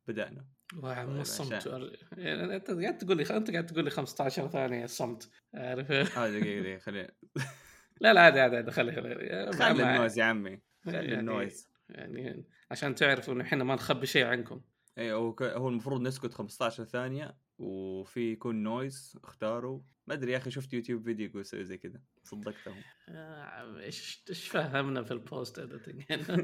بدأنا. وعم الصمت يعني انت قاعد تقول لي 15 ثانيه صمت عارف. دقيقة خلينا لا عادي خلي خلي النويز يا عمي، خلي النويز يعني عشان تعرفوا ان احنا ما نخبي شيء عنكم. اي هو المفروض نسكت 15 ثانية وفي يكون نويز اختاروا، ما ادري يا اخي، شفت يوتيوب فيديو يقول سوي زي كذا صدقتهم. ايش فهمنا في البوست اديتنج هنا.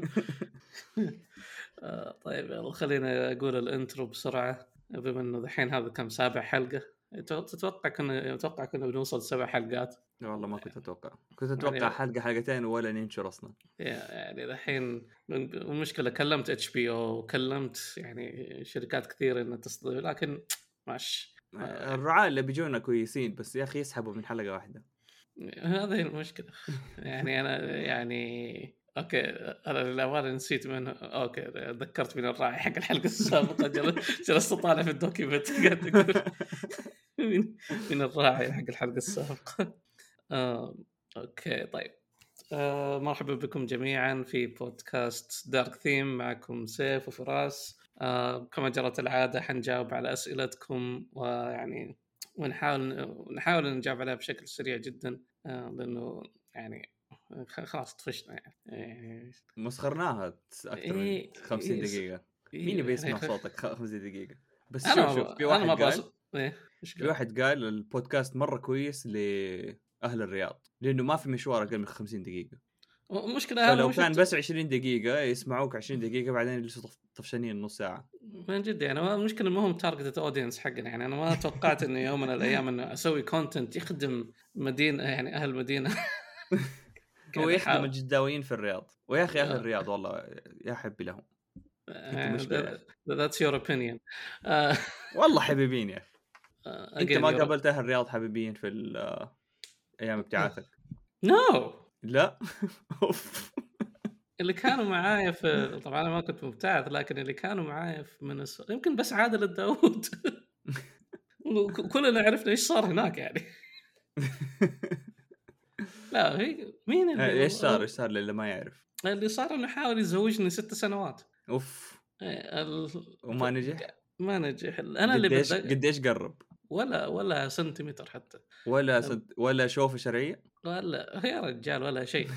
طيب يلا خلينا اقول الانترو بسرعه، بما انه الحين هذا كم 7 حلقه. تتوقع كنا بنوصل 7 حلقات؟ والله ما كنت اتوقع يعني حلقة حلقتين ولا ننشر اصلا. يعني الحين المشكله كلمت اتش بي او وكلمت يعني شركات كثيره انها تستضيف، لكن ماشي. الرعاة اللي بيجونا كويسين بس يا اخي يسحبوا من حلقة واحدة. هذه المشكله. يعني انا يعني اوكي انا الامانه نسيت منه. اوكي ذكرت من الراعي حق الحلقه السابقه. جلست اطالع في الدوكيمنت قاعد اقول من الراعي حق الحلقه السابقه. اوكي طيب. مرحبا بكم جميعا في بودكاست دارك ثيم، معكم سيف وفراس. كما جرت العاده حنجاوب على اسئلتكم، ويعني ونحاول نجاوب عليها بشكل سريع جدا، لانه يعني خلاص طفشنا يعني مسخرناها اكثر من 50 دقيقة. مين يبي يسمع صوتك 50 دقيقة بس؟ شوف في واحد قال في واحد قال البودكاست مرة كويس لأهل الرياض لأنه ما في مشوار أقل من 50 دقيقة. المشكلة فلو كان بس 20 دقيقة يسمعوك 20 دقيقة بعدين يجلسوا طفشانين نص ساعة. من جد يعني المشكلة ما هم تارجت اودينس حقنا. يعني أنا ما توقعت إنه يوم من الأيام إنه أسوي كونتنت يخدم مدينة، يعني أهل مدينة. هو يخدم الجداويين في الرياض، ويا أخي أهل الرياض والله يا حبي لهم. أنت مشكلة. That's your opinion. والله حبيبين يا أخي. أنت ما قابلت أهل الرياض حبيبين في أيام ابتعاثك؟ No. لا. اللي كانوا معايا في، طبعا أنا ما كنت مبتعث، لكن اللي كانوا معايا في منسوتا يمكن بس عادل الداود. كلنا عرفنا إيش صار هناك يعني. لا هي مين اللي ايش صار اللي ما يعرف؟ اللي صار انه حاول يزوجني 6 سنوات. اوف. وما نجح. ما نجح. انا اللي قديش قرب؟ ولا سنتيمتر حتى. ولا شوفه شرعيه ولا يا رجال ولا شيء.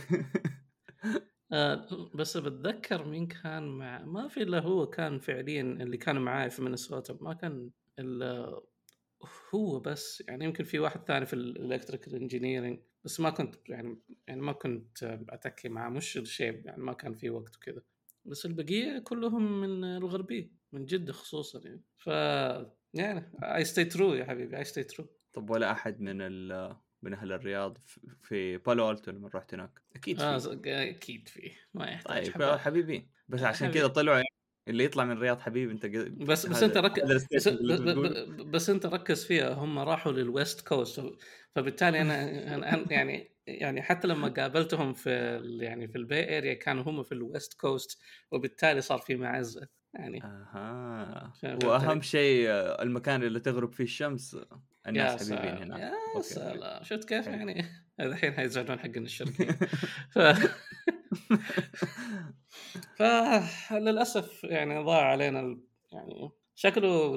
بس بتذكر مين كان مع، ما في الا هو كان فعليا اللي كانوا معاي في مينيسوتا، ما كان الا هو بس. يعني يمكن في واحد ثاني في الالكتريكال انجينيرنج، بس ما كنت يعني ما كنت اتكي معه، مش الشيء يعني ما كان في وقت وكذا. بس البقيه كلهم من الغربيه، من جدة خصوصا يعني. ف يعني I stay true يا حبيبي I stay true. طب ولا احد من اهل الرياض في بالو ألتو لما رحت هناك؟ اكيد اكيد في، ما يحتاج. طيب حبيبين بس عشان كذا طلعوا يعني اللي يطلع من الرياض حبيب. انت بس انت بس انت ركز فيها. هم راحوا للويست كوست، فبالتالي انا يعني حتى لما قابلتهم في يعني في البي اريا كانوا هم في الويست كوست، وبالتالي صار في معزة يعني. واهم شيء المكان اللي تغرب فيه الشمس الناس حبيبين هناك. يا سلام شفت كيف يعني. الحين هيزعلون حقنا الشرقيين. فللأسف يعني ضاع علينا يعني شكله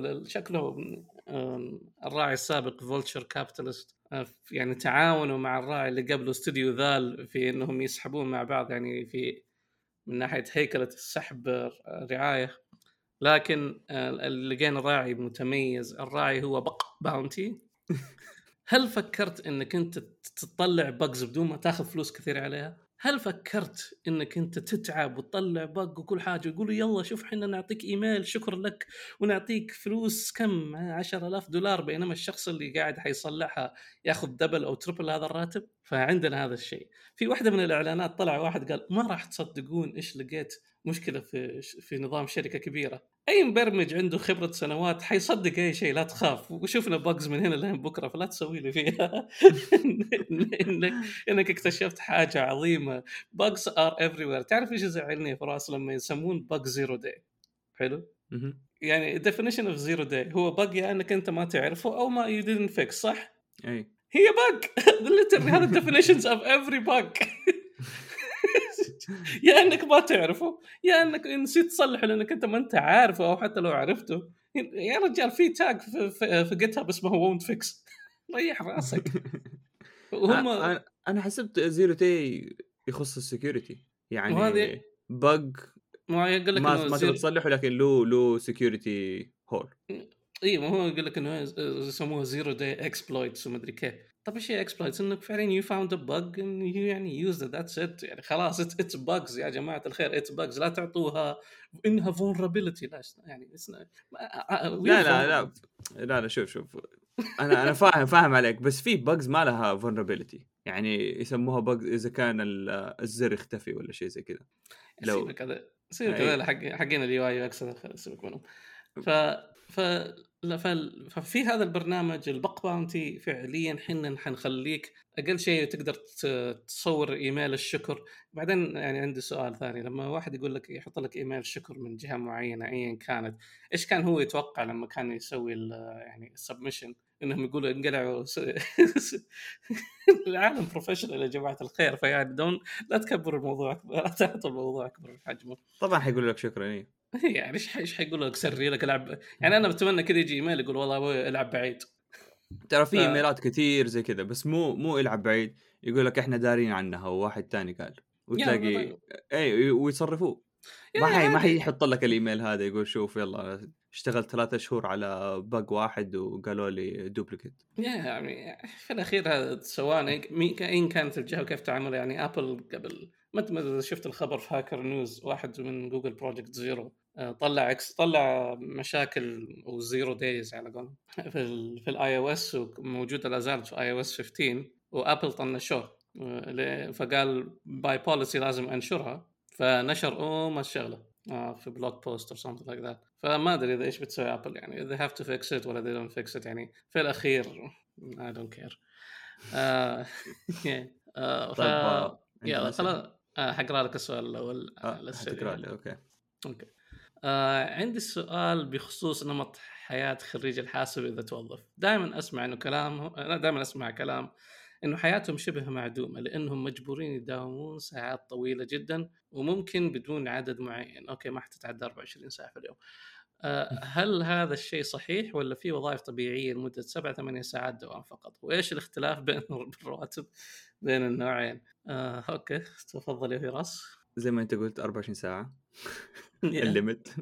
الراعي السابق فولتشر كابيتالست يعني تعاونوا مع الراعي اللي قبله استوديو ذال في انهم يسحبون مع بعض يعني في من ناحية هيكلة السحب رعاية. لكن اللي لقينا راعي متميز. الراعي هو بق باونتي. هل فكرت انك انت تطلع بقز بدون ما تاخذ فلوس كثير عليها؟ هل فكرت انك انت تتعب وتطلع بق وكل حاجه يقولوا يلا شوف احنا نعطيك ايميل شكر لك ونعطيك فلوس كم $10,000 بينما الشخص اللي قاعد حيصلحها ياخذ دبل او تربل هذا الراتب؟ فعندنا هذا الشيء. في واحدة من الاعلانات طلع واحد قال ما راح تصدقون ايش لقيت مشكله في نظام شركه كبيره. اي مبرمج عنده خبره سنوات حيصدق اي شيء، لا تخاف وشوفنا بقز من هنا لين بكره، فلا تسوي لي فيها. انك اكتشفت حاجه عظيمه. bugs are everywhere. تعرف ايش يزعلني في راس لما يسمون bug zero day؟ حلو يعني definition of zero day هو bug يعني انك انت ما تعرفه او ما you didn't fix، صح؟ اي هي bug. literally هذا definitions of every bug. يا انك ما تعرفه يا انك نسيت تصلحه لانك انت ما انت عارفه، او حتى لو عرفته يا رجال في تاج في جيت هاب اسمه وونت فيكس. ريح راسك. وهم انا حسبت زيرو تي يخص السكيورتي وهذه يعني بق ما يقول لك ما انه تقدر تصلحه، لكن له سكيورتي هول. اي ما هو يقول لك انه يسموها زيرو داي اكسبلويتس وما ادري كيف. طب ايش هي اكسبلويتس؟ انك فعلا يو فاوند ا بج يعني يوز ذاتس ات، يعني خلاص اتس بجز يا جماعه الخير، اتس بجز، لا تعطوها انها فولنربيلتي. لا يعني لا شوف انا فاهم عليك، بس في بجز ما لها فولنربيلتي، يعني يسموها بجز اذا كان الزر اختفي ولا شيء زي كذا. سيبك هذا حقين اليو اي اكس، سيبك منهم. ف ف ففي هذا البرنامج البق باونتي فعليا حنخليك اقل شيء تقدر تصور ايميل الشكر. بعدين يعني عندي سؤال ثاني، لما واحد يقول لك يحط لك ايميل شكر من جهه معينه ايا كانت، ايش كان هو يتوقع لما كان يسوي يعني السبمشن؟ انهم يقولوا انقلعوا العالم بروفيشنال يا جماعه الخير، فيعني لا تكبروا الموضوع، لا تعطوا الموضوع اكبر من حجمه. طبعا حيقول لك شكرا. ايه يعني ايش حيقول لك؟ سري لك العب. يعني انا بتمنى كذا يجي ايميل يقول والله ابوي العب بعيد. ترى في ايميلات كثير زي كذا، بس مو العب بعيد، يقول لك احنا دارين عنها وواحد تاني قال، وتلاقي اي ويصرفوه. ما حيحط لك الايميل هذا يقول شوف يلا اشتغلت 3 شهور على بق واحد وقالوا لي دوبليكيت. يعني في الاخير هذا سواء اين كانت الجهه وكيف تعامل. يعني ابل قبل ما شفت الخبر في هاكر نيوز، واحد من جوجل بروجكت زيرو طلع مشاكل وزيرو دايز على قولهم في الاي او اس، وموجوده لا زالت في اي او اس 15، وابل طنشوه فقال باي بوليسي لازم انشرها، فنشر ما الشغله في بلوج بوست or something like that. فما ادري اذا ايش بتسوي ابل، يعني they have to fix it ولا they don't fix it. يعني في الاخير I don't care. طب يلا خلاص حقرا لك السؤال الاول. حتقرا لي؟ اوكي عندي السؤال بخصوص نمط حياة خريج الحاسب إذا توظف. دائما أسمع كلام إنه حياتهم شبه معدومة، لأنهم مجبورين يداومون ساعات طويلة جدا وممكن بدون عدد معين، أوكي ما حتتعدى 24 ساعة في اليوم. هل هذا الشيء صحيح ولا في وظائف طبيعية لمدة 7-8 ساعات دوام فقط؟ وإيش الاختلاف بين الرواتب بين النوعين؟ أوكي تفضل يا فراس. زي ما أنت قلت 24 ساعة الليمت.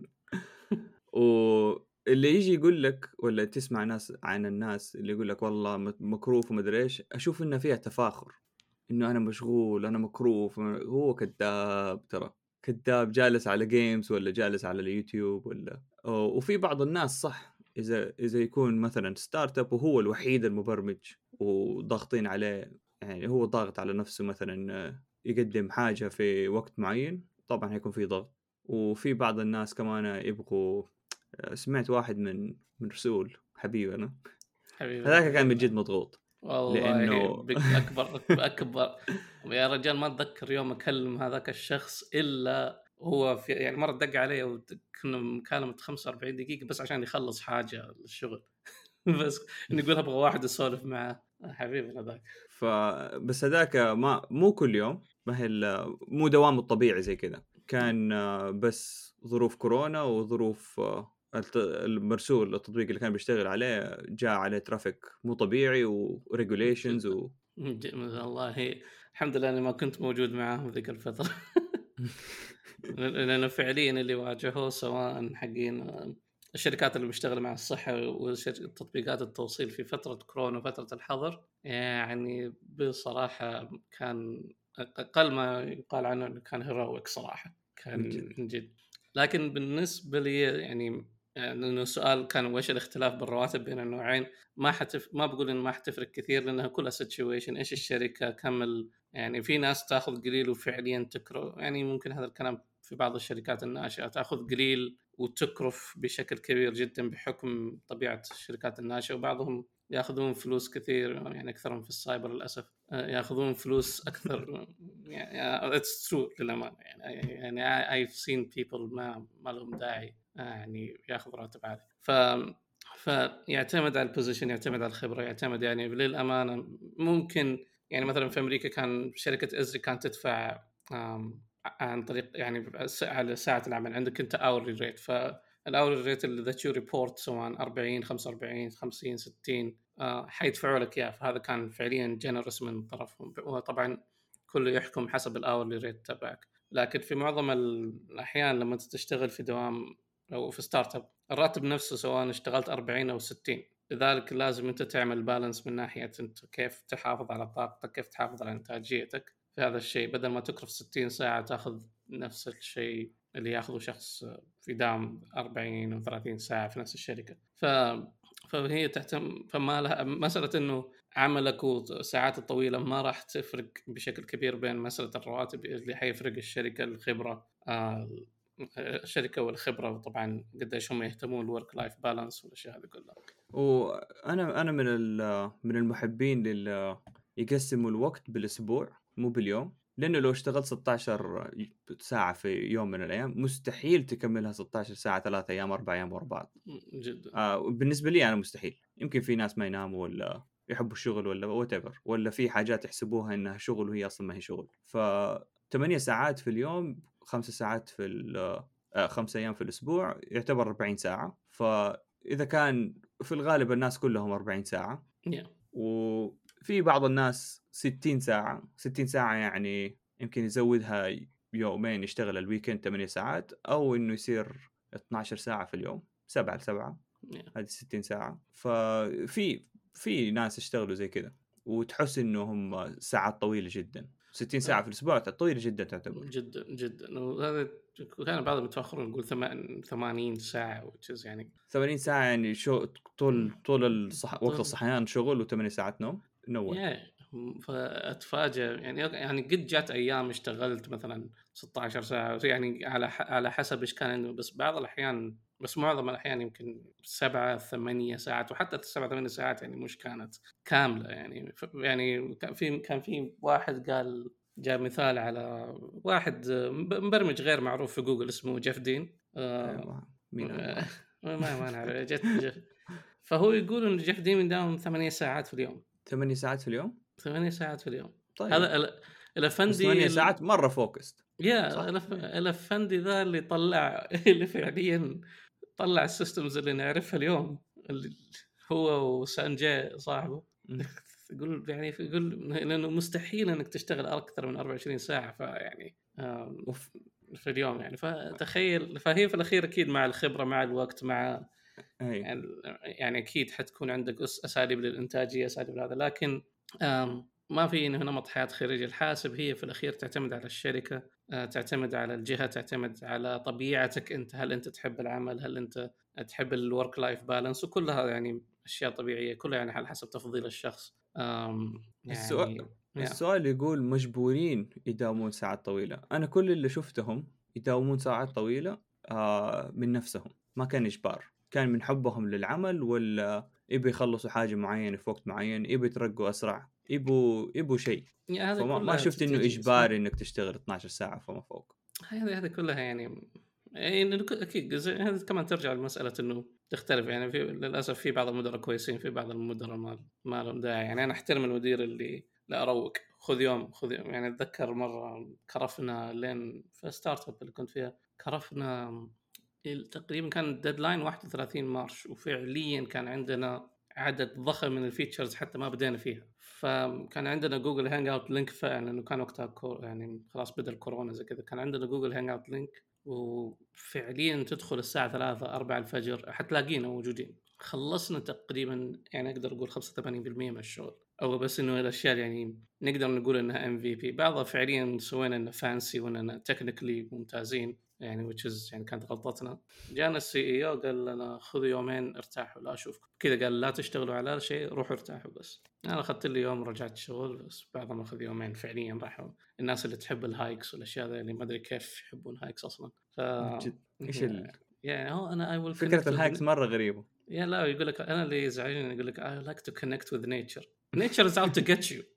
واللي يجي يقول لك ولا تسمع ناس عن الناس اللي يقول لك والله مكروف وما ادري ايش، اشوف انه فيها تفاخر انه انا مشغول انا مكروف. هو كذاب، ترى كذاب، جالس على جيمز ولا جالس على اليوتيوب ولا وفي بعض الناس صح اذا يكون مثلا ستارت اب وهو الوحيد المبرمج وضاغطين عليه، يعني هو ضاغط على نفسه مثلا يقدم حاجة في وقت معين، طبعا هيكون في ضغط. وفي بعض الناس كمان يبغوا، سمعت واحد من رسول حبيبنا هذاك كان من جد مضغوط والله لأنه أكبر يا رجال ما أتذكر يوم أكلم هذاك الشخص إلا هو في يعني مرة دق علي وكنا مكالمة 45 دقيقة بس عشان يخلص حاجة للشغل بس نقول أبغى واحد أسولف معه حبيبنا ذاك. بس هذاك مو كل يوم، ما هي مو دوام الطبيعي زي كذا، كان بس ظروف كورونا وظروف المرسول التطبيق اللي كان بيشتغل عليه جاء عليه ترافيك مو طبيعي وريجوليشنز والله الحمد لله أني ما كنت موجود معاهم ذيك الفترة. لأنه فعليا اللي واجهوه سواء حقين الشركات اللي بيشتغل مع الصحة وتطبيقات التوصيل في فترة كورونا وفترة الحظر، يعني بصراحة كان أقل ما يقال عنه أنه كان هيرويك صراحة، كان من جد. لكن بالنسبة لي يعني انه السؤال كان وش الاختلاف بالرواتب بين النوعين، ما بقول انه ما حتفرق كثير لانها كلها سيتويشن، ايش الشركه كمل. يعني في ناس تاخذ قليل وفعليا تكره، يعني ممكن هذا الكلام في بعض الشركات الناشئه تاخذ قليل وتكرف بشكل كبير جدا بحكم طبيعه الشركات الناشئه، وبعضهم ياخذون فلوس كثير، يعني اكثرهم في السايبر للاسف ياخذون فلوس اكثر. يعني اتس ترو للامانه، يعني I've seen people ما لهم داعي يعني ياخذ راتب عالي. فيعتمد على البوزيشن، يعتمد على الخبره، يعتمد يعني للامانه. ممكن يعني مثلا في امريكا كان شركه ازري كانت تدفع عن طريق يعني على ساعة العمل. عندك أنت hourly rate، فالhourly rate اللي that you report سواء 40 45 50 60 حيدفعوا لك إياه. فهذا كان فعليا generous من طرفهم، وطبعا كله يحكم حسب الhourly rate تبعك. لكن في معظم الأحيان لما أنت تشتغل في دوام أو في ستارت اب، الراتب نفسه سواء اشتغلت 40 أو 60. لذلك لازم أنت تعمل بالانس من ناحية أنت كيف تحافظ على طاقتك، كيف تحافظ على إنتاجيتك في هذا الشيء، بدل ما تكرف 60 ساعة تاخذ نفس الشيء اللي ياخذه شخص في دام 40 أو 30 ساعة في نفس الشركة. فهي تهتم، فما لها مسألة إنه عملك والساعات الطويلة ما راح تفرق بشكل كبير بين مسألة الرواتب. اللي حيفرق الشركة الخبرة، الشركة والخبرة، وطبعا قديش هم يهتمون الورك لايف بالانس والأشياء هذه كلها. وأنا من المحبين يقسموا الوقت بالأسبوع مو باليوم، لأنه لو اشتغلت 16 ساعة في يوم من الأيام مستحيل تكملها 16 ساعة 3 أيام 4 أيام ورا بعض جدا. بالنسبة لي أنا مستحيل. يمكن في ناس ما يناموا ولا يحبوا الشغل ولا whatever، ولا في حاجات يحسبوها إنها شغل وهي أصلا ما هي شغل. 8 ساعات في اليوم، 5 ساعات في 5 أيام في الأسبوع يعتبر 40 ساعة. فإذا كان في الغالب الناس كلهم 40 ساعة وفي بعض الناس 60 ساعة. 60 ساعة يعني يمكن يزودها يومين يشتغل الويكند 8 ساعات، أو إنه يصير 12 ساعة في اليوم، 7 ل 7 هذه 60 ساعة. ففي ناس يشتغلوا زي كذا وتحس إنه هم ساعات طويلة جدا. 60 ساعة في الأسبوع طويلة جدا تعتبر. جدا جدا. وهذا كان بعضهم يتفخرون نقول 80 ساعة يعني 80 ساعة يعني شو طول وقت الصحيان شغل و8 ساعات نوم. فأتفاجأ يعني قد جات أيام اشتغلت مثلا 16 ساعة يعني على حسب إيش كان عنده. بس بعض الأحيان، بس معظم الأحيان يمكن 7 8 ساعات، وحتى 7 8 ساعات يعني مش كانت كاملة. يعني كان في واحد قال، جاء مثال على واحد مبرمج غير معروف في جوجل اسمه جيف دين. مين ما نعرف. فهو يقول إن جيف دين يداوم 8 ساعات في اليوم. 8 ساعات في اليوم؟ 8 ساعات في اليوم. طيب. هذا الافندي 8 ساعات مرة فوكست. الافندي ذا اللي طلع اللي فعليا طلع السيستمز اللي نعرفها اليوم، اللي هو وسانجي صاحبه. يقول لانه مستحيل انك تشتغل اكثر من 24 ساعه فيعني في اليوم. يعني فتخيل، فهي في الاخير اكيد مع الخبره مع الوقت مع يعني اكيد حتكون عندك اساليب للانتاجيه، اساليب هذا. لكن ما في انه نمط حياه خريج الحاسب. هي في الاخير تعتمد على الشركه، تعتمد على الجهه، تعتمد على طبيعتك انت. هل انت تحب العمل؟ هل انت تحب الورك لايف بالانس؟ وكلها يعني اشياء طبيعيه، كلها يعني على حسب تفضيل الشخص. يعني السؤال يقول مجبورين يداومون ساعات طويله. انا كل اللي شفتهم يداومون ساعات طويله من نفسهم، ما كان اجبار، كان من حبهم للعمل، ولا يبي يخلصوا حاجه معينه في وقت معين، يبي يترقوا اسرع، يبوا شيء. ما شفت انه اجباري انك تشتغل 12 ساعه فما فوق. هذه كلها يعني اكيد هذا كمان ترجع لمساله انه تختلف. يعني للاسف في بعض المدراء كويسين، في بعض المدراء ما لهم داعي. يعني انا احترم المدير اللي لا اروق خذ يوم. يعني اتذكر مره كرفنا لين في ستارت اب اللي كنت فيها، كرفنا تقريبا كان الديدلاين 31 مارس، وفعليا كان عندنا عدد ضخم من الفيتشرز حتى ما بدينا فيها. فكان عندنا جوجل هانج اوت لينك فعلا، انه كان وقتها يعني خلاص بدا الكورونا زي كذا. كان عندنا جوجل هانج اوت لينك، وفعليا تدخل الساعه 3 4 الفجر حتلاقينا موجودين. خلصنا تقريبا يعني اقدر اقول 85% من الشغل، او بس انه الاشياء يعني نقدر نقول انها MVP. بعضها فعليا سوينا انه فانسي واننا تكنيكلي ممتازين يعني which is يعني كانت غلطتنا. جانا السي او قال لنا خذوا يومين ارتاحوا لا اشوفكم كذا. قال لا تشتغلوا على شيء، روحوا ارتاحوا. بس انا اخذت لي يوم رجعت شغل، بس بعضهم اخذ يومين فعليا راحوا. الناس اللي تحب الهايكس والاشياء ذي اللي ما ادري كيف يحبون هايكس اصلا. ايش يعني هو انا فكره الهايكس مره غريبه. يا لا يقول لك انا اللي يزعجني يقول لك I like to connect with nature. Nature is out to get you.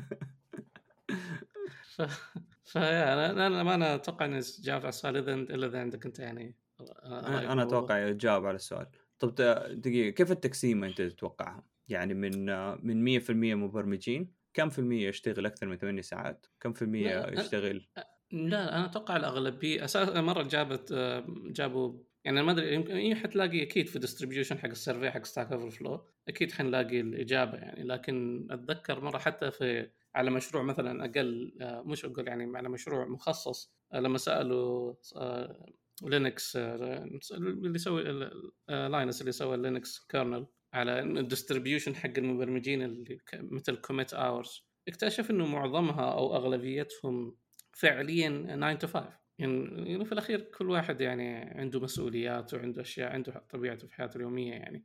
انا ما اتوقع ان جاوب على السؤال الا اذا عندك انت يعني. انا اتوقع جاوب على السؤال. طب دقيقه، كيف التقسيمه انت تتوقعها؟ يعني من 100% مبرمجين كم في المية يشتغل اكثر من 8 ساعات؟ كم في المية يشتغل لا انا اتوقع الاغلبيه اساسا مره جابوا يعني ما ادري يمكن حتلاقي اكيد في ديستريبيوشن حق السيرفي حق ستاك اوفر فلو اكيد حنلاقي الاجابه يعني. لكن اتذكر مره حتى في على مشروع مثلا اقل مش اقول يعني على مشروع مخصص لما سالوا لينكس اللي يسوي لاينس اللي سوى لينكس كيرنل على الديستريبيوشن حق المبرمجين اللي مثل كوميت اورز، اكتشف انه معظمها او اغلبيتهم فعليا 9 to 5 يعني في الاخير كل واحد يعني عنده مسؤوليات وعنده اشياء عنده طبيعته في حياته اليوميه يعني.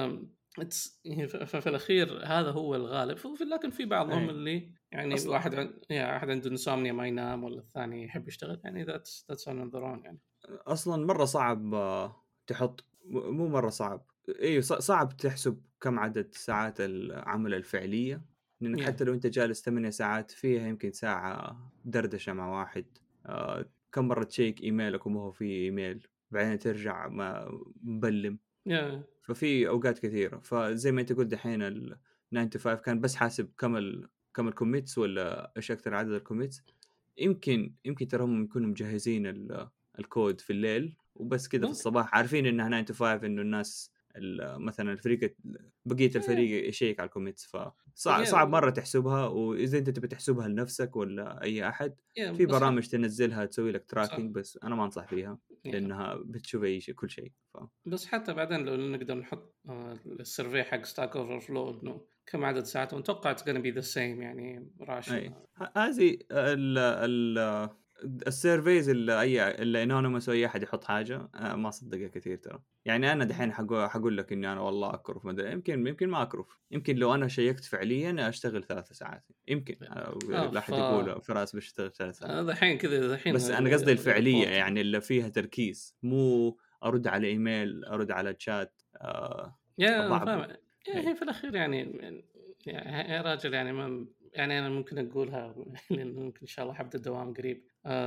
ففي الاخير هذا هو الغالب. لكن في بعضهم اللي يعني واحد عنده انسومنيا ما ينام، ولا الثاني يحب يشتغل يعني that's on their own يعني. اصلا مره صعب تحط، مو مره صعب، ايوه صعب تحسب كم عدد ساعات العمل الفعليه، لانك حتى لو انت جالس 8 ساعات فيها يمكن ساعه دردشه مع واحد، كم مره تشيك ايميلك وما هو في ايميل، بعدين ترجع مبلم. ففي اوقات كثيره. فزي ما انت قلت دحين ال 9 to 5 كان بس حاسب كم الكوميتس ولا ايش اكثر عدد الكوميتس. يمكن ترى هم يكونوا مجهزين الكود في الليل وبس كذا في الصباح عارفين انها 9 to 5 انه الناس مثلا بقيه الفريق يشيك على الكوميتس. فصعب مره تحسبها. واذا انت تبي تحسبها لنفسك ولا اي احد في برامج تنزلها تسوي لك تراكنج، بس انا ما انصح فيها لانها بتشوف اي شيء كل شيء. بس حتى بعدين لو نقدر نحط السيرفي حق ستاك اوفر فلو انه كم عدد ساعات ونتوقع it's gonna be the same يعني راشن. هذه السيرفيز اللي انونيمس اي احد يحط حاجه ما اصدقها كثير ترى. يعني انا دحين حقول لك اني انا والله اكرف يمكن ما اكرف، يمكن لو انا شيكت فعليا اشتغل 3 ساعات يمكن لا احد يقول فراس بشتغل 3 ساعات دحين كذا بس انا قصدي الفعليه يعني اللي فيها تركيز، مو ارد على ايميل ارد على تشات يا فاهم هي في الاخير يعني يا راجل يعني ما يعني انا ممكن اقولها لانه ممكن ان شاء الله حبدا الدوام قريب.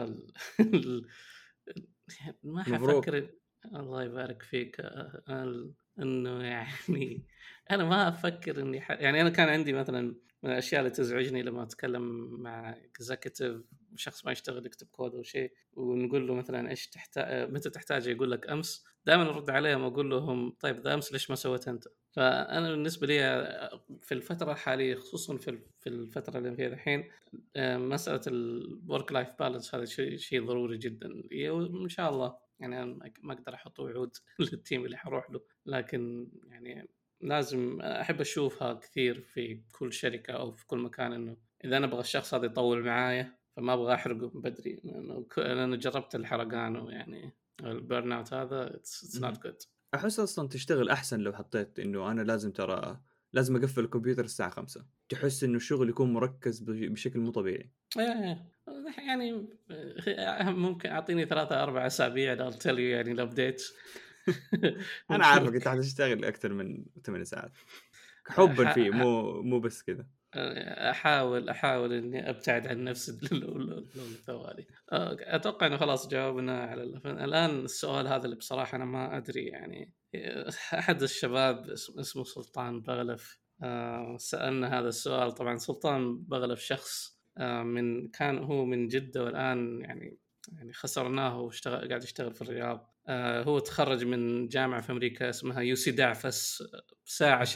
ما حفكر الله يبارك فيك انه يعني انا ما افكر اني يعني انا كان عندي مثلا من الاشياء اللي تزعجني لما اتكلم مع اكزيكتيف شخص ما يشتغل يكتب كود او شيء ونقول له مثلا ايش تحتاج متى تحتاج، يقول لك امس. دائما ارد عليهم واقول لهم طيب ذا امس ليش ما سويت انت؟ فانا بالنسبه لي في الفتره الحاليه خصوصا في الفتره اللي فيها الحين مساله الورك لايف بالانس هذا شيء ضروري جدا. وان شاء الله يعني ما اقدر احط وعود للتيم اللي حروح له، لكن يعني لازم احب اشوفها كثير في كل شركه او في كل مكان انه اذا انا ابغى الشخص هذا يطول معايا فما ابغى احرقه من بدري، لانه جربت الحرقان ويعني البيرن اوت هذا اتس نوت جود. احس اصلا تشتغل احسن لو حطيت انه انا لازم اقفل الكمبيوتر الساعه 5. تحس انه الشغل يكون مركز بشكل مو طبيعي. يعني ممكن اعطيني 3-4 اسابيع I'll tell you يعني الابديت. انا عارفك انت حتشتغل اكثر من 8 ساعات حبا فيه مو بس كذا. احاول اني ابتعد عن نفسي الثواني. اتوقع انه خلاص جاوبنا على الان السؤال هذا اللي بصراحه انا ما ادري يعني. احد الشباب اسمه سلطان بغلف سالنا هذا السؤال. طبعا سلطان بغلف شخص كان هو من جده والان يعني خسرناه واشتغل قاعد يشتغل في الرياض. هو تخرج من جامعه في امريكا اسمها يوسي دعفس ساعه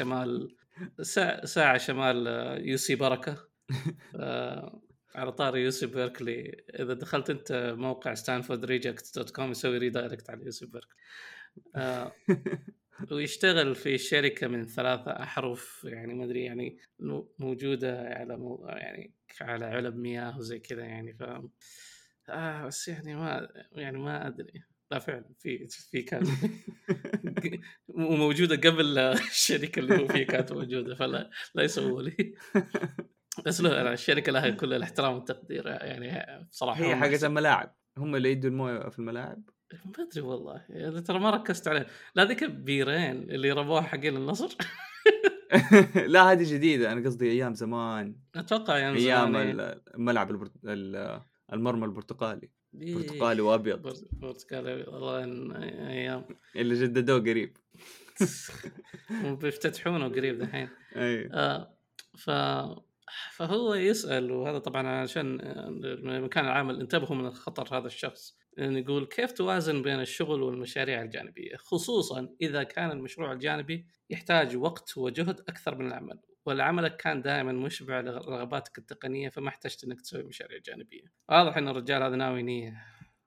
شمال يوسي بركه. على طاري يوسي بيركلي اذا دخلت انت موقع stanfordreject.com يسوي ريدايركت على يوسي بيركلي. ويشتغل في شركه من 3 أحرف يعني ما ادري يعني موجوده يعني على علب مياه وزي كذا يعني بس يعني ما ادري. لا فعلا في كان وموجوده قبل الشركه اللي هو فيها كانت موجوده، فلا يسووا لي. بس لا الشركه لها كل الاحترام والتقدير يعني بصراحه. هي حقت الملاعب هم اللي يدوا المويه في الملاعب. ما ادري والله يعني ترى ما ركزت عليه. لا ذيك بيرين اللي ربوها حقين النصر. لا هذه جديده، انا قصدي ايام زمان. اتوقع ايام زمان الملعب المرمى البرتقالي برتقالي وابيض. برتقالي والله ايام اللي جددوه قريب. وبيفتتحونه قريب دحين. اي فهو يسأل، وهذا طبعا عشان مكان العمل انتبهوا من الخطر هذا الشخص، يعني يقول كيف توازن بين الشغل والمشاريع الجانبية، خصوصا إذا كان المشروع الجانبي يحتاج وقت وجهد أكثر من العمل، والعمل كان دائما مشبع لرغباتك التقنية، فما احتجت إنك تسوي مشاريع جانبية. واضح إن الرجال هذا ناوي نية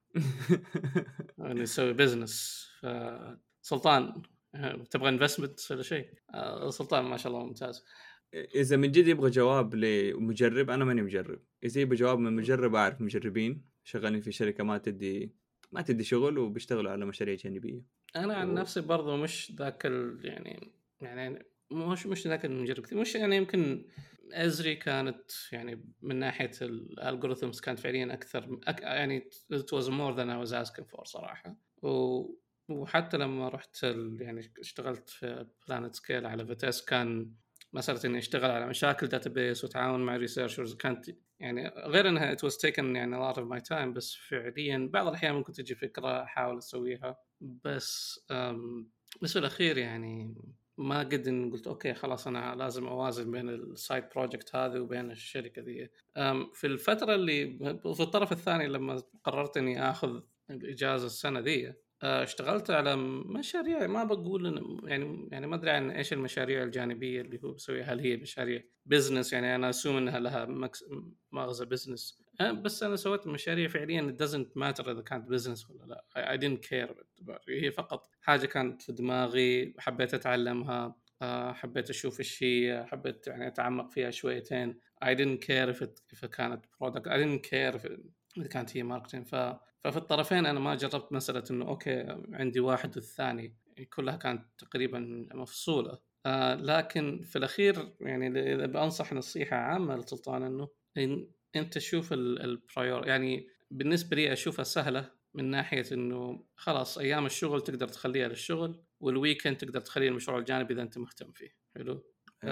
إنه يسوي بزنس. سلطان تبغى انفستمنت ولا شيء؟ سلطان ما شاء الله ممتاز. اذا من جد يبغى جواب لمجرب، انا ماني مجرب. اذا يبغى جواب من مجرب، اعرف مجربين شغالين في شركه ما تدي شغل وبيشتغلوا على مشاريع جانبيه. انا عن نفسي برضو مش ذاك يعني مش ذاك المجرب كثير، مش يعني يمكن ازري كانت يعني من ناحيه الالجوريثمز كانت فعليا اكثر يعني it was more than I was asking for صراحه. وحتى لما رحت يعني اشتغلت في بلانت سكيل على فيتاس، كان مسألة إني أشتغل على مشاكل داتابيس وتعاون مع ريسيرشرز كانت يعني غير إنها it was taken يعني a lot of my time، بس فعليا بعض الأحيان ممكن تجي فكرة أحاول أسويها، بس في الأخير يعني ما قد إن قلت أوكي خلاص أنا لازم أوازن بين السايد بروجكت هذه وبين الشركة ذي. في الفترة اللي في الطرف الثاني لما قررت إني آخذ الإجازة السنة ذي، اشتغلت على مشاريع، ما بقول يعني ما ادري عن ايش المشاريع الجانبيه اللي هو بيسويها، هل هي مشاريع بزنس يعني انا اسوم انها لها مغزى بزنس، بس انا سويت مشاريع فعليا it doesn't matter اذا كانت بزنس ولا لا. I didn't care، هي فقط حاجه كانت في دماغي حبيت اتعلمها، حبيت اشوف الشيء، حبيت يعني اتعمق فيها شويتين. I didn't care if كانت product، I didn't care إذا كانت هي ماركتينج. ففي الطرفين أنا ما جربت مسألة إنه أوكي عندي واحد والثاني، كلها كانت تقريبا مفصولة. لكن في الأخير يعني إذا بأنصح نصيحة عامة لسلطان، إنه أنت تشوف البرايور، يعني بالنسبة لي أشوفها سهلة من ناحية إنه خلاص أيام الشغل تقدر تخليها للشغل، والويكند تقدر تخليه المشروع الجانبي إذا أنت مهتم فيه. حلو.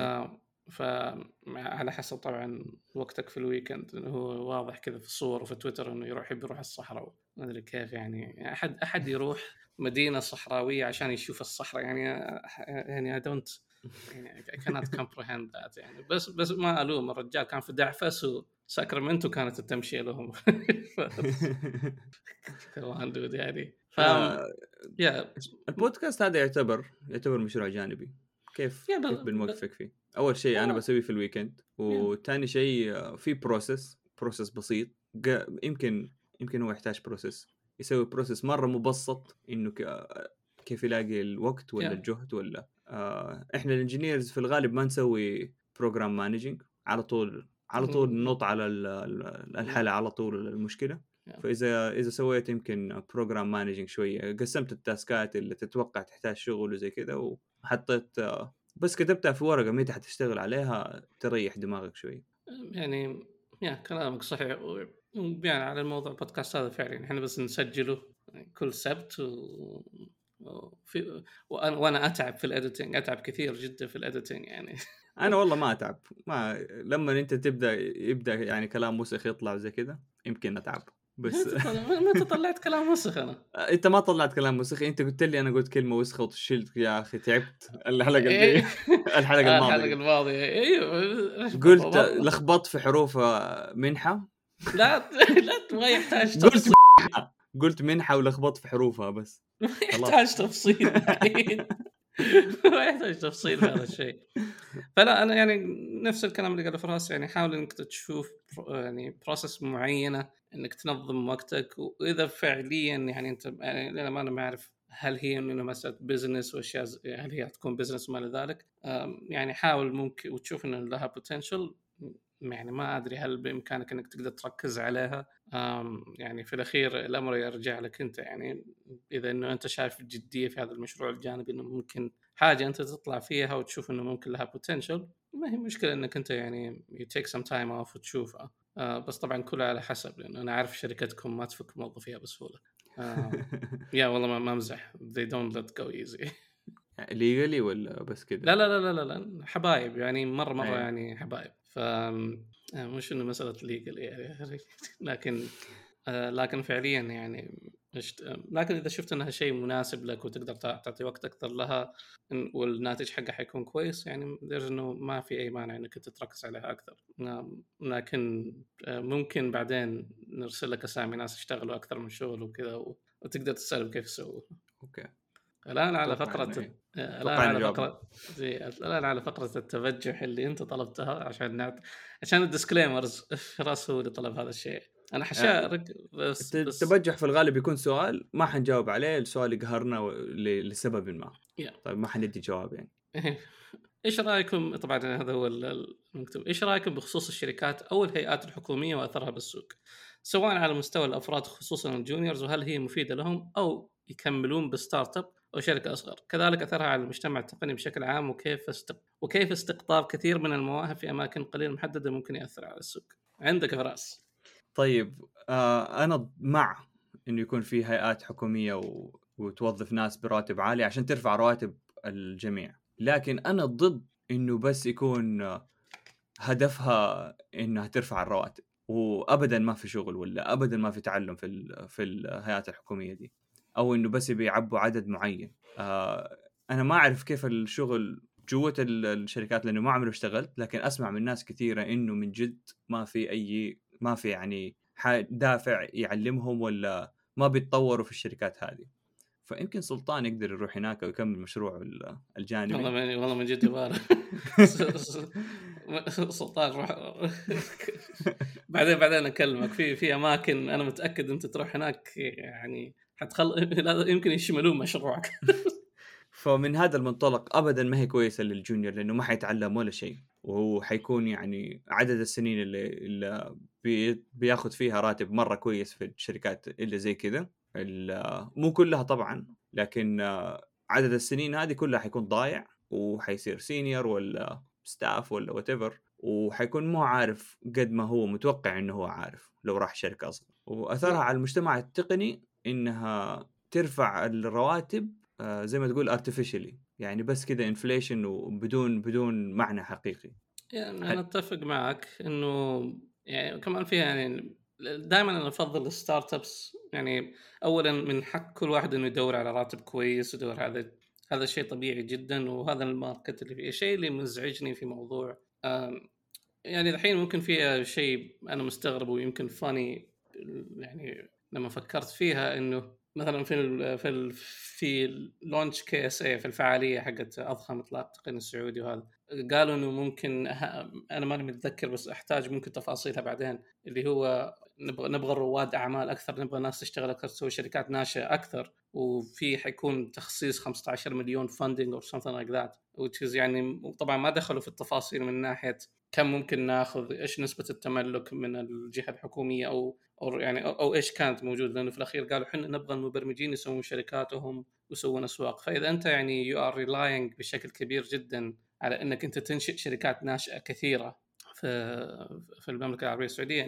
فعلى حسب طبعا وقتك في الويكند، انه هو واضح كذا في الصور وفي تويتر انه بيروح الصحراء، ما ادري كيف يعني احد يروح مدينه صحراويه عشان يشوف الصحراء، يعني I don't يعني I cannot comprehend that يعني. بس ما الوم الرجال، كان في دعفس وساكرامنتو كانت التمشيه لهم كمان دود يعني. البودكاست هذا يعتبر مشروع جانبي. كيف بنوقفك فيه؟ اول شيء انا بسويه في الويكند، وثاني شيء في بروسس بسيط. يمكن هو يحتاج بروسس، يسوي بروسس مره مبسط انه كيف يلاقي الوقت ولا الجهد ولا احنا الانجينيرز في الغالب ما نسوي بروجرام مانجينج على طول ننط على الحل على طول المشكله. فاذا سويت يمكن بروجرام مانجينج شويه، قسمت التاسكات اللي تتوقع تحتاج شغل وزي كذا، وحطيت بس كتبتها في ورقه متى حتشتغل عليها، تريح دماغك شوي. يعني كلامك صحيح. يعني على الموضوع البودكاست هذا فعلا احنا بس نسجله كل سبت وانا اتعب في الاديتنج، اتعب كثير جدا في الاديتنج يعني. انا والله ما اتعب، لما انت يبدا يعني كلام وسخ يطلع زي كذا يمكن اتعب، بس ما طلعت كلام وسخ انا. انت ما طلعت كلام وسخ، انت قلت لي انا قلت كلمه وسخه وشلت. يا اخي تعبت الحلقه الحلقه الماضيه ايوه قلت لخبطت في حروف منحه. لا ما يحتاج تفصيل. قلت منحه ولخبطت في حروفها، بس ما يحتاج تفصيل ما يحتاج تفصيل في هذا الشيء. فلا انا يعني نفس الكلام اللي قاله فراس، يعني حاول انك تشوف يعني بروسس معينه انك تنظم وقتك، واذا فعليا يعني انت يعني انا ما اعرف هل هي انه مساله بزنس واشياء، هل هي تكون بزنس وما لذلك، يعني حاول ممكن وتشوف انه لها بوتنشل، يعني ما ادري هل بامكانك انك تقدر تركز عليها. يعني في الاخير الامر يرجع لك انت، يعني اذا انه انت شايف الجديه في هذا المشروع الجانبي انه ممكن حاجه انت تطلع فيها وتشوف انه ممكن لها بوتنشل، ما هي مشكله انك انت يعني you take some time off وتشوفها. بس طبعا كله على حسب، لان انا عارف شركتكم ما تفك موظفيها بسهوله. يا والله ما امزح، they don't let go easy. ليغلي ولا بس كده؟ لا لا لا لا لا حبايب يعني مره يعني حبايب. ف مش انه مساله ليغل يعني لكن فعليا يعني لكن اذا شفت انها شيء مناسب لك وتقدر تعطي وقت اكثر لها والناتج حقها حيكون كويس، يعني انه ما في اي مانع انك تركز عليها اكثر. لكن ممكن بعدين نرسل لك اسامي ناس يشتغلوا اكثر من شغل وكذا وتقدر تسالهم كيف يسووا. اوكي. الان على فقره الان على فقره التبجح اللي انت طلبتها عشان الديسكليمرز. فراس هو اللي طلب هذا الشيء. انا حشارك بس التبجح في الغالب يكون سؤال ما حنجاوب عليه، السؤال يقهرنا لسبب ما. طيب ما حندي جواب يعني. ايش رايكم؟ طبعا هذا هو المكتوب. ايش رايكم بخصوص الشركات او الهيئات الحكوميه واثرها بالسوق، سواء على مستوى الافراد خصوصا الجونيورز، وهل هي مفيده لهم او يكملون بستارت اب او شركه اصغر؟ كذلك اثرها على المجتمع التقني بشكل عام، وكيف استقطاب كثير من المواهب في اماكن قليل محدده ممكن ياثر على السوق. عندك فراس؟ طيب انا مع انه يكون في هيئات حكوميه وتوظف ناس براتب عالي عشان ترفع رواتب الجميع، لكن انا ضد انه بس يكون هدفها انها ترفع الرواتب وابدا ما في شغل ولا ابدا ما في تعلم في الهيئات الحكوميه دي، او انه بس بيعبوا عدد معين. انا ما اعرف كيف الشغل جوه الشركات لانه ما عمري اشتغلت، لكن اسمع من ناس كثيره انه من جد ما في يعني دافع يعلمهم ولا ما بيتطوروا في الشركات هذه. فيمكن سلطان يقدر يروح هناك ويكمل مشروع الجانبي. والله من جد يبغى سلطان روح. بعدين اكلمك في اماكن انا متاكد انت تروح هناك يعني يمكن يشملون مشروعك. فمن هذا المنطلق ابدا ما هي كويسه للجونيور لانه ما حيتعلم ولا شيء، وهو حيكون يعني عدد السنين اللي بياخذ فيها راتب مره كويس في الشركات اللي زي كذا، مو كلها طبعا، لكن عدد السنين هذه كلها حيكون ضايع وحيصير سينيور ولا ستاف ولا whatever، وحيكون مو عارف قد ما هو متوقع انه هو عارف لو راح شركه اصغر. واثرها على المجتمع التقني انها ترفع الرواتب زي ما تقول artificially، يعني بس كذا انفليشن وبدون معنى حقيقي. يعني انا اتفق معك انه يعني كمان فيها يعني دائما انا افضل الستارت ابس. يعني اولا من حق كل واحد انه يدور على راتب كويس ويدور على هذا الشيء طبيعي جدا، وهذا الماركت اللي فيه. الشيء اللي مزعجني في موضوع يعني الحين ممكن فيها شيء انا مستغرب ويمكن فاني يعني لما فكرت فيها، انه مثلا في لونش كي اس اي في الفعاليه حقت اضخم اطلاق تقني السعودي، وهذا قالوا انه ممكن انا ماني متذكر بس احتاج ممكن تفاصيلها بعدين، اللي هو نبغى رواد اعمال اكثر، نبغى ناس تشتغل اكثر، تسوي شركات ناشئه اكثر، وفي حيكون تخصيص 15 مليون فاندنج او something like that، which is يعني طبعا ما دخلوا في التفاصيل من ناحيه كم ممكن ناخذ، ايش نسبه التملك من الجهه الحكوميه او يعني او ايش كانت موجود، لانه في الاخير قالوا احنا نبغى المبرمجين يسوون شركاتهم ويسوون اسواق. فاذا انت يعني يو ار ريلاينج بشكل كبير جدا على انك انت تنشئ شركات ناشئه كثيره في المملكه العربيه السعوديه،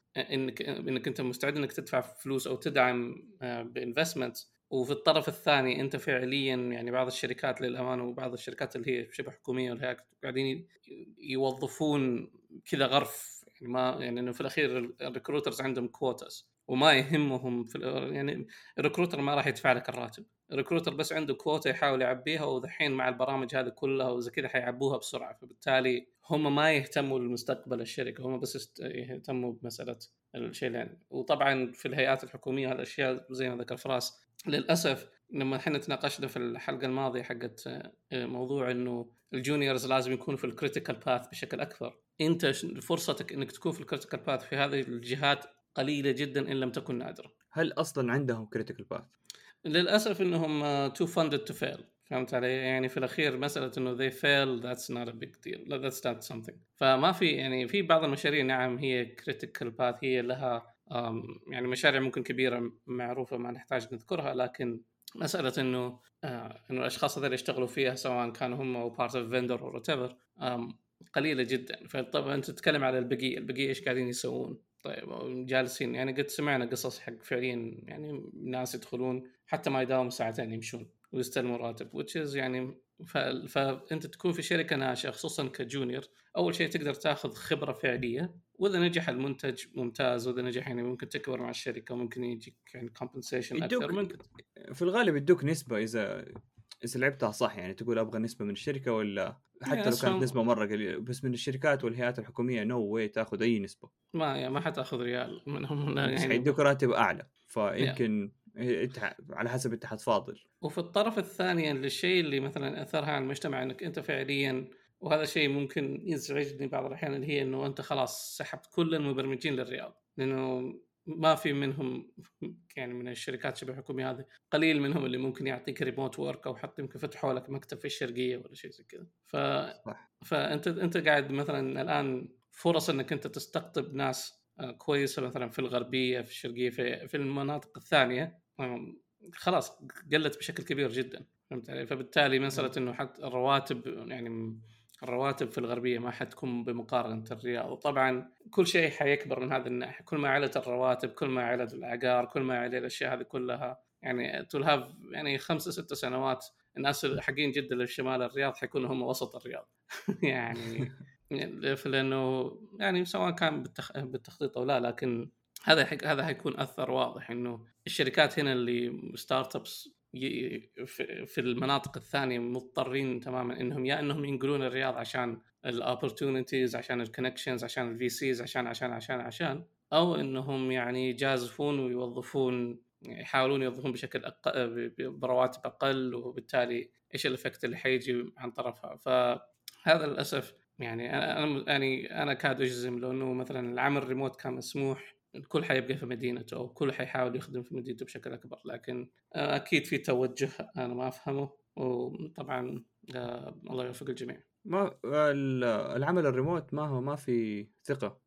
انك انت مستعد انك تدفع فلوس او تدعم بانفستمنت، وفي الطرف الثاني انت فعليا يعني بعض الشركات للامانه وبعض الشركات اللي هي شبه حكوميه والهيئات قاعدين يوظفون كذا غرف، يعني ما يعني انه في الاخير الريكروترز عندهم كوتاس وما يهمهم يعني الريكروتر ما راح يدفع لك الراتب، الريكروتر بس عنده كوتا يحاول يعبيها، ودحين مع البرامج هذه كلها وزي كذا حيعبوها بسرعه، فبالتالي هم ما يهتموا لمستقبل الشركه، هم بس يهتموا بمساله الشيء يعني. وطبعا في الهيئات الحكوميه هالاشياء زي ما ذكر فراس للاسف لما احنا تناقشنا في الحلقه الماضيه حقت موضوع انه الجونيورز لازم يكونوا في الكريتيكال باث بشكل اكثر، انت فرصتك انك تكون في الكريتيكال باث في هذه الجهات قليله جدا ان لم تكن نادره. هل اصلا عندهم كريتيكال باث؟ للاسف انهم too funded to fail، فهمت علي؟ يعني في الاخير مساله انه they fail that's not a big deal، that's not something. فما في يعني في بعض المشاريع نعم هي critical path، هي لها يعني مشاريع ممكن كبيره معروفه ما نحتاج نذكرها، لكن مساله انه الاشخاص اللي يشتغلوا فيها سواء كانوا هم او part of vendor or whatever قليله جدا. فطبعا انت تتكلم على البقيه ايش قاعدين يسوون؟ طيب جالسين يعني قد سمعنا قصص حق فعليا يعني ناس يدخلون حتى ما يداوم ساعتين يمشون ويستلموا راتب which is يعني فانت تكون في شركه ناشئه خصوصا كجونيور، اول شيء تقدر تاخذ خبره فعليه واذا نجح المنتج ممتاز، واذا نجح يعني ممكن تكبر مع الشركه وممكن يجيك يعني كومبنسيشن اكثر. ممكن في الغالب يدوك نسبه اذا لعبتها صح، يعني تقول ابغى نسبه من الشركه، ولا حتى لو كانت نسبه مره قليله. بس من الشركات والهيئات الحكوميه نو واي تاخذ اي نسبه، ما حتاخذ ريال منهم بس يعني حيدوك راتب اعلى، فيمكن انت على حسب انت حتفاضل. وفي الطرف الثاني للشيء اللي مثلا اثرها على المجتمع انك انت فعليا، وهذا شيء ممكن يزعجني بعض الاحيان، اللي هي انه انت خلاص سحبت كل المبرمجين للرياض، لانه ما في منهم يعني من الشركات شبه الحكوميه هذه قليل منهم اللي ممكن يعطيك ريموت ورك، او حتى يمكن فتحوا لك مكتب في الشرقيه ولا شيء زي كذا. فانت قاعد مثلا الان فرص انك انت تستقطب ناس كويسه مثلا في الغربيه، في الشرقيه، في المناطق الثانيه خلاص قلت بشكل كبير جدا، فهمت علي؟ فبالتالي مسألة انه حتى الرواتب، يعني الرواتب في الغربية ما حتكون بمقارنة الرياض. وطبعا كل شيء حيكبر من هذه الناحية، كل ما علت الرواتب، كل ما علت الأعقار، كل ما علت الأشياء هذه كلها، يعني تولهاف يعني 5-6 سنوات الناس حقين جدة للشمال الرياض حيكونوا هم وسط الرياض يعني لأنه يعني سواء كان بالتخطيط أو لا، لكن هذا حيكون أثر واضح إنه الشركات هنا اللي ستارت ابس في المناطق الثانيه مضطرين تماما انهم يا انهم ينقلون الرياض عشان الاوبورتونيتيز، عشان الكونكشنز، عشان الفي سيز، عشان او انهم يعني يجازفون ويوظفون، يحاولون يوظفون بشكل برواتب اقل، وبالتالي ايش الافكت اللي حيجي عن طرفها. فهذا للاسف يعني انا كاد اجزم لو انه مثلا العمل ريموت كان مسموح، الكل حيبقى في مدينته، او الكل حيحاول يخدم في مدينته بشكل اكبر. لكن اكيد في توجه انا ما افهمه، وطبعا الله يوفق الجميع. ما العمل الريموت ما في ثقة،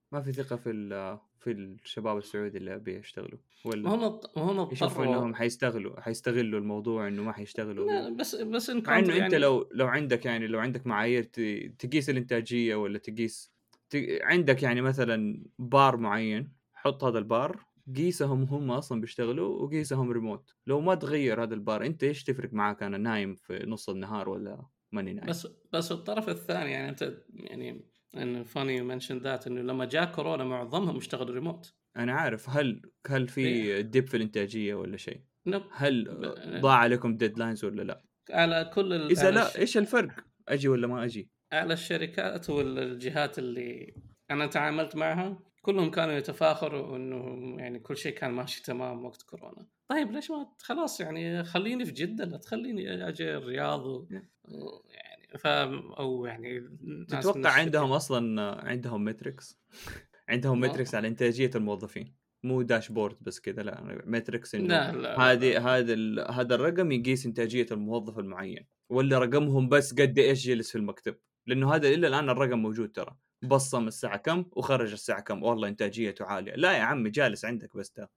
في الشباب السعودي اللي أبي يشتغلوا، ولا هم يشوفوا انهم حيستغلوا الموضوع انه ما حيشتغلوا. لا بس ان مع انه يعني انت لو عندك يعني لو عندك معايير تقيس الانتاجية، ولا عندك يعني مثلا بار معين، حط هذا البار قيسهم هم اصلا بيشتغلوا وقيسهم ريموت. لو ما تغير هذا البار انت ايش تفرق معك انا نايم في نص النهار ولا ماني نايم؟ بس الطرف الثاني يعني انت يعني ان فاني منشن ذات انه لما جاء كورونا معظمهم اشتغلوا ريموت. انا عارف. هل في ديب في الانتاجيه ولا شيء؟ نب. هل ضاع عليكم ديدلاينز ولا لا؟ على كل اذا لا ايش الفرق؟ اجي ولا ما اجي؟ على الشركات والجهات اللي انا تعاملت معها كلهم كانوا يتفاخروا انه يعني كل شيء كان ماشي تمام وقت كورونا. طيب ليش ما خلاص يعني خليني في جدة، لا تخليني اجي الرياض يعني او يعني تتوقع عندهم اصلا عندهم متريكس عندهم متريكس على انتاجيه الموظفين، مو داشبورد بس كذا، لا متريكس انه هذا الرقم يقيس انتاجيه الموظف المعين، ولا رقمهم بس قد ايش جلس في المكتب؟ لانه هذا الا الان الرقم موجود، ترى بصم الساعه كم وخرج الساعه كم، والله انتاجيته عاليه. لا يا عمي جالس عندك بس ده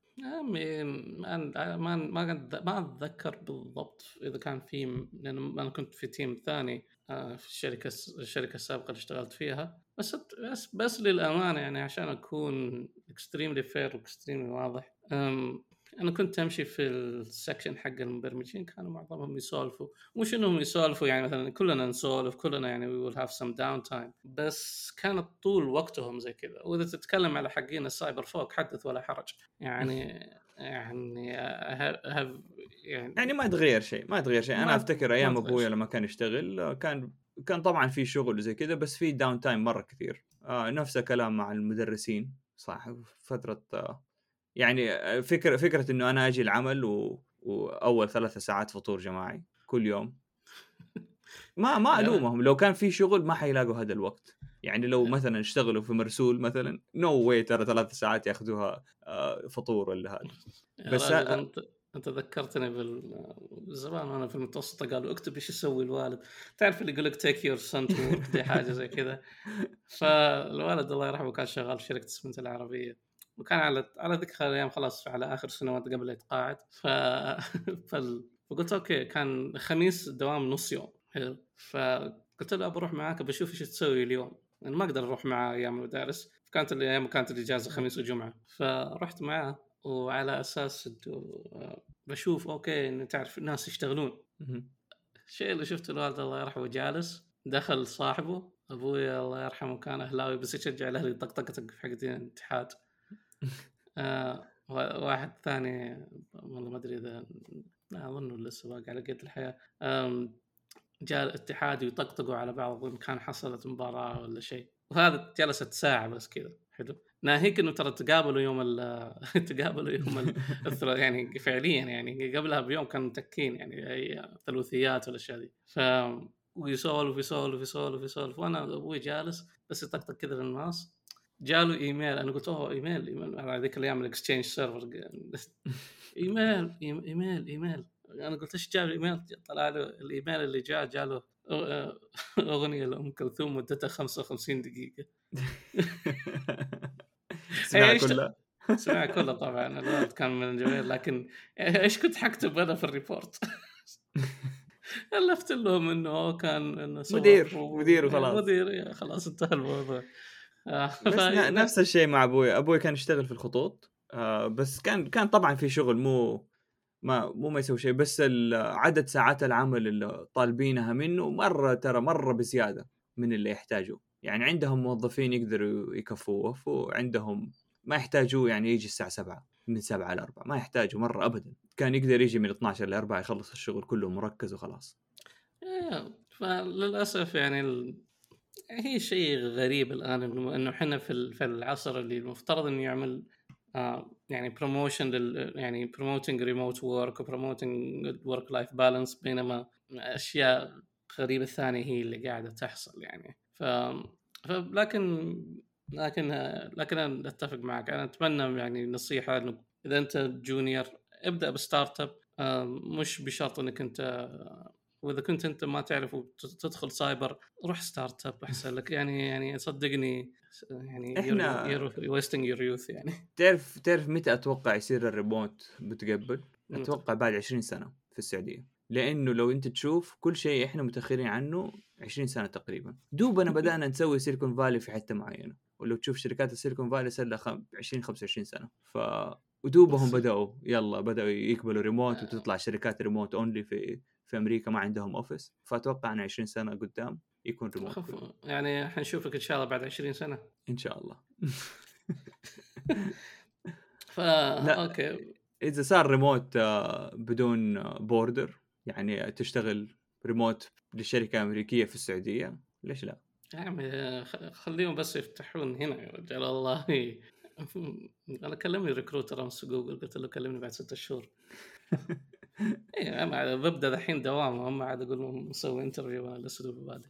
ما اتذكر بالضبط اذا كان في، لان انا كنت في تيم ثاني في الشركه السابقه اللي اشتغلت فيها. بس للامانه يعني عشان اكون اكستريملي فير واكستريملي واضح، انا كنت امشي في السكشن حق المبرمجين كانوا معظمهم يسولفوا، مش انهم يسولفوا يعني مثلا كلنا نسولف كلنا يعني we will have some downtime، بس كانت طول وقتهم زي كذا. واذا تتكلم على حقين السايبر فوق حدث ولا حرج يعني يعني ما تغير شيء انا افتكر ايام ابويا لما كان يشتغل كان طبعا في شغل وزي كذا، بس في داون تايم مره كثير. نفس الكلام مع المدرسين صح، فتره يعني فكره انه انا اجي العمل واول 3 ساعات فطور جماعي كل يوم. ما الومهم، لو كان في شغل ما حيلاقوا هذا الوقت. يعني لو مثلا اشتغلوا في مرسول مثلا نو واي ترى 3 ساعات ياخذوها فطور ولا هذا. بس انت ذكرتني بالزمان وانا في المتوسطه قالوا اكتب ايش يسوي الوالد، تعرف اللي يقول لك تيك يور سون تو ورك، دي حاجه زي كذا. فالوالد الله يرحمه كان شغال في شركه الاسمنت العربيه، وكان على ذكر الايام خلاص على اخر سنوات قبل يتقاعد. فقلت اوكي، كان خميس دوام نص يوم حلو، فقلت له بروح معاك بشوف ايش تسوي اليوم، انا ما اقدر اروح معاه ايام المدارس، كانت الاجازه خميس وجمعه. فرحت معاه وعلى اساس انه بشوف اوكي انه تعرف الناس يشتغلون. الشيء اللي شفته الوالد الله يرحمه جالس دخل صاحبه ابوي الله يرحمه كان اهلاوي بس يشجع الاهلي طقطقتك في حقتين الاتحاد. واحد ثاني والله ما ادري اذا اظن لسه باقي على قيد الحياه، جاء الاتحاد ويطقطقوا على بعض وإن كان حصلت مباراة ولا شيء، وهذا جلست ساعة بس كذا حلو. ناهيك إنه ترى تقابلوا يوم تقابلوا يوم يعني فعليا يعني قبلها بيوم كانوا متكين يعني أي ثلاثيات والأشياء دي. ويسولف وأنا أبوي جالس بس يطقطق كذا للناس. جاله إيميل، أنا قلت إيميل على ذيك الأيام الإكسشينج سيرفر. إيميل انا قلت ايش جاب الايميل؟ طلع له الايميل اللي جاله اغنيه لام كلثوم مدتها 55 دقيقه. سمع كلها طبعا. الولد كان من الجميل، لكن ايش كنت حكتب انا في الريبورت؟ الفت لهم انه كان انه مدير وخلاص. مدير خلاص انتهى الموضوع. بس نفس الشيء مع ابوي كان يشتغل في الخطوط، بس كان طبعا في شغل مو ما يسوي شيء، بس عدد ساعات العمل اللي طالبينها منه مرة بزيادة من اللي يحتاجوه. يعني عندهم موظفين يقدروا يكفوه، وعندهم ما يحتاجوه يعني يجي الساعة 7 من 7 ل 4 ما يحتاجوا مرة أبدا. كان يقدر يجي من 12 ل 4 يخلص الشغل كله مركز وخلاص. فللأسف يعني هي شيء غريب الآن إنه إحنا في العصر اللي المفترض إنه يعمل يعني بروموشن يعني promoting remote work و promoting work life balance، بينما أشياء غريبة ثانية هي اللي قاعدة تحصل يعني. لكن أنا أتفق معك. أنا أتمنى يعني نصيحة إنه إذا أنت جونيور ابدأ بستارت اب، مش بشرط إنك أنت، وإذا كنت أنت ما تعرف تدخل سايبر روح ستارت اب أحسن لك. يعني صدقني يعني احنا wasting your youth يعني. تعرف متى اتوقع يصير الريموت بتقبل؟ اتوقع بعد 20 سنة في السعودية، لانه لو انت تشوف كل شيء احنا متاخرين عنه 20 سنة تقريبا. دوبنا بدأنا نسوي سيليكون فالي في حتة معينة، ولو تشوف شركات السيليكون فالي صار لها 20-25 سنة. ودوبهم بدأوا يقبلوا ريموت، وتطلع شركات ريموت اونلي في امريكا ما عندهم اوفيس. فاتوقع ان 20 سنة قدام يكون ريموت. يعني حنشوفك ان شاء الله بعد 20 سنة ان شاء الله. اوكي اذا صار ريموت بدون بوردر، يعني تشتغل ريموت لشركة امريكية في السعودية، ليش لا؟ يا عمي خليهم بس يفتحون هنا يا رجال الله. انا كلمني ريكروتر امس جوجل، قلت له كلمني بعد 6 شهور. ايه انا ببدا الحين دوام، هم عاد اقول لهم نسوي انترفيو وانا لسه بادئ.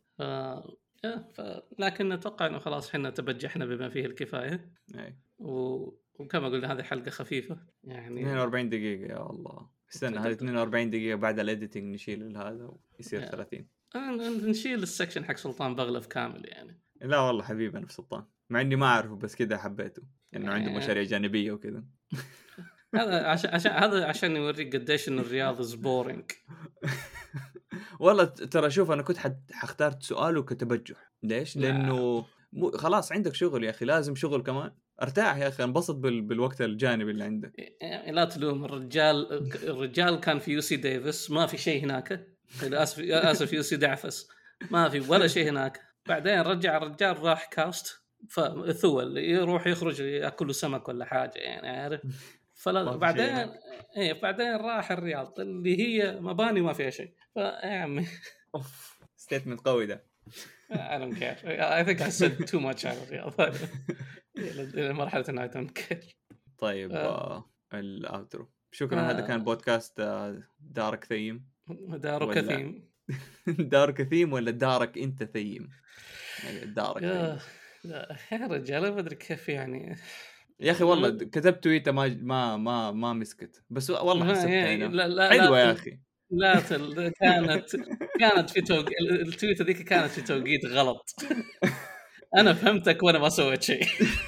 لكن اتوقع انه خلاص احنا تبجحنا بما فيه الكفايه. وكما قلنا هذه حلقه خفيفه يعني 42 دقيقه. يا الله استنى، هذه 42 دقيقه بعد الايديتنج نشيل هذا ويصير 30. نشيل السكشن حق سلطان بغلف كامل يعني. لا والله حبيبي انا في سلطان، مع اني ما اعرفه بس كذا حبيته انه عنده مشاريع جانبيه وكذا. هذا عشان يوريك قديش انه الرياض از بورينج. والله ترى شوف انا كنت حختار سؤاله كتبجح. ليش؟ لانه خلاص عندك شغل يا اخي، لازم شغل كمان. ارتاح يا اخي، انبسط بالوقت الجانبي اللي عندك. لا تلوم الرجال كان في يوسي ديفيس ما في شيء هناك. اسف يوسي دعفس ما في ولا شيء هناك. بعدين رجع الرجال راح كاست فثول يروح يخرج ياكل له سمك ولا حاجه يعني عارف. بعدين راح الرياض اللي هي مباني ما فيها شيء. يا عمي ستيتمنت قوي ده. I don't care. I think I said too much على الرياض. مرحلة إن I don't care. طيب الأوترو. شكرا. هذا كان بودكاست دارك ثيم. دارك ثيم. دارك ثيم ولا دارك أنت ثيم؟ يعني دارك ثيم. لا يا رجال ما أدري كيف يعني. يا أخي والله كتبت تويتة ما مسكت، بس والله حسبتها لا حلوة يا أخي. لا كانت في التويتة ذيك كانت في توقيت غلط. أنا فهمتك وأنا ما سويت شيء.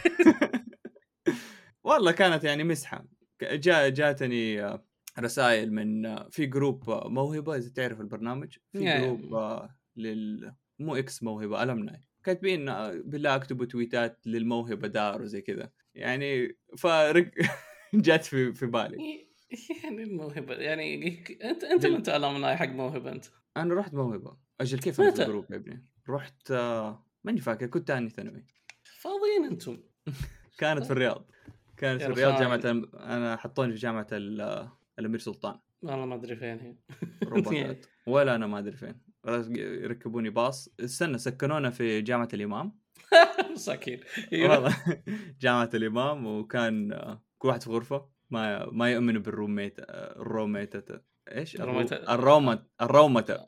والله كانت يعني مسحة. جاتني رسائل من في جروب موهبة، إذا تعرف البرنامج، في جروب مو إكس موهبة ألمناي، كاتبين بالله اكتبوا تويتات للموهبة دار وزي كذا يعني. جات في بالي يعني الموهبة يعني انت ما انت ألمناي حق موهبة. انت انا رحت موهبة اجل كيف انا في الجروب يا ابني؟ رحت ماني فاكر، كنت ثاني ثانوي. فاضيين انتم. كانت في الرياض، كانت في الرياض جامعة انا حطوني في جامعة الامير سلطان. والله ما ادري فين هي. روبوتات ولا انا ما ادري فين. يركبوني باص. استنى، سكنونا في جامعة الامام. مساكين. والله جامعة الامام، وكان كل واحد في غرفة، ما يؤمنوا بالروميت. الروميتة ايش؟ الرومتة.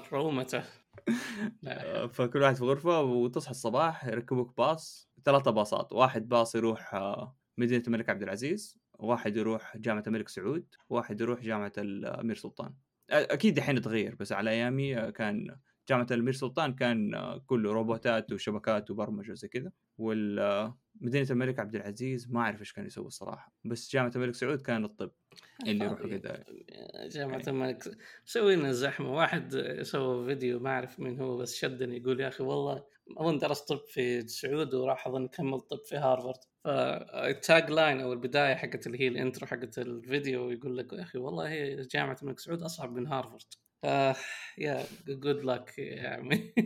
فكل واحد في غرفة، وتصحى الصباح يركبوك باص، 3 باصات. واحد باص يروح مدينة الملك عبد العزيز، واحد يروح جامعة الملك سعود، واحد يروح جامعة الأمير سلطان. أكيد الحين تغير، بس على أيامي كان جامعة الأمير سلطان كان كله روبوتات وشبكات وبرمجة زي كذا. مدينة الملك عبد العزيز ما أعرف إيش كان يسوي الصراحة، بس جامعة الملك سعود كان الطب اللي يروحوا كذا. جامعة الملك سوينا زحمة. واحد سوى فيديو ما أعرف من هو، بس شدني يقول يا أخي والله أظن درس طب في سعود وراح أظن كمل طب في هارفارد. فالتاج لاين أو البداية حقت اللي هي الانترو حقت الفيديو يقول لك يا أخي والله هي جامعة الملك سعود أصعب من هارفارد. يا جود لك يا عمي.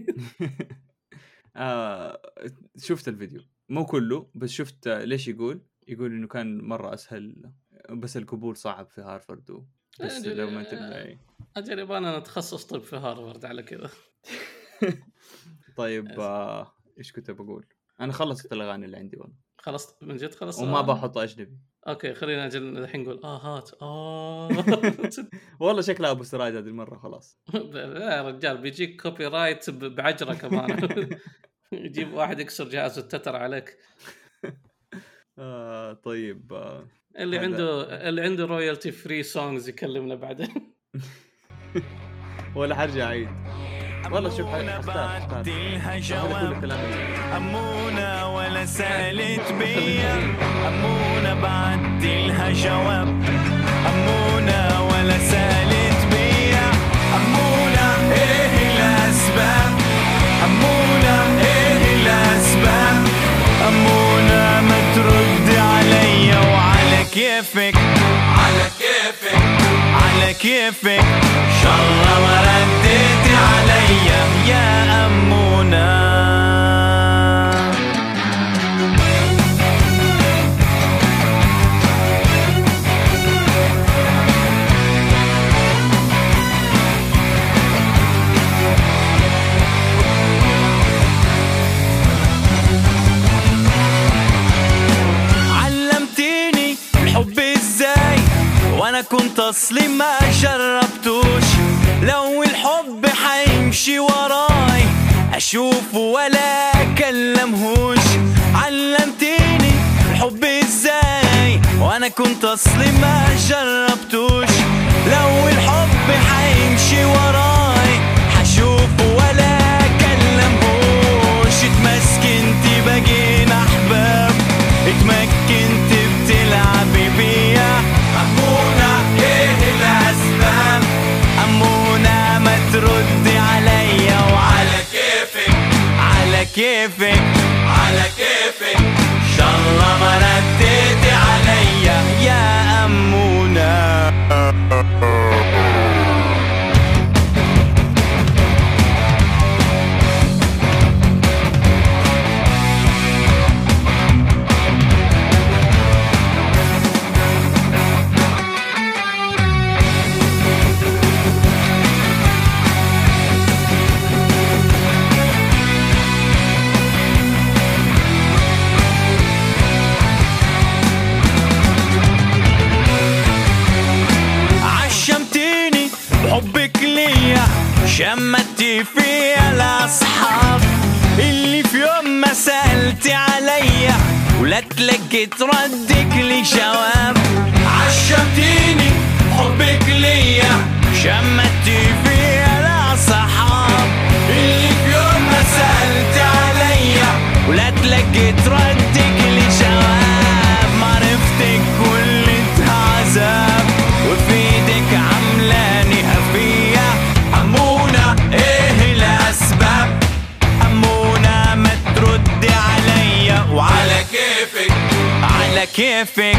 شفت الفيديو مو كله، بس شفت ليش يقول إنه كان مرة أسهل، بس القبول صعب في هارفارد. بس لو ما تبغى أجرب أنا نتخصص طب في هارفارد على كذا. طيب إيش كنت بقول؟ أنا خلصت الأغاني اللي عندي والله. خلصت من جد خلصت. وما بحط أجنبي. أوكي خلينا الحين نقول هات والله شكلها أبو سراج هذه المرة خلاص. يا رجال بيجيك كوبي رايت بعجرة كمان. يجيب واحد يكسر جهاز التتر عليك. طيب اللي عنده رويالتي فري سونجز يكلمنا بعدين. ولا حرجع عيد والله. شوف اختار أمونا ولا سالت بيا، أمونا بعد لها جواب، أمونا ولا سالت بيا، أمونا إيه الأسباب، أمونا إيه الأسباب، أمونا ما ترد عليا وعلى كيفك، على كيفك، على كيفك، إن شاء الله ما رديت عليا يا أمونا. علمتيني الحب ازاي وانا كنت اصلي ما جربتوش، لو الحب حيمشي وراي اشوفه ولا اكلمهوش. علمتيني الحب ازاي وانا كنت اصلي ما جربتوش، لو الحب حيمشي وراي حشوفه ولا اكلمهوش. اتمسكنتي بقينا احباب، اتمكنتي بتلعبي بيا، أمونا ايه الاسباب، أمونا ما تردي عليا وعلى كيفك، على كيفك، على كيفك، إن شاء الله ما رديتي عليا يا أمونا. حبك ليا شمتي فيا الأصحاب اللي في يوم ما سألتي عليا ولا تلقيت ردك لي جواب. عشمتيني حبك ليا شمتي فيا الأصحاب اللي في يوم ما سألتي عليا ولا تلقيت ردك لي جواب. معرفتك كلها عذاب وفي ايدك عملاني هفية. أمونا ايه الأسباب، أمونا ما تردي عليا وعلى كيفك، على كيفك،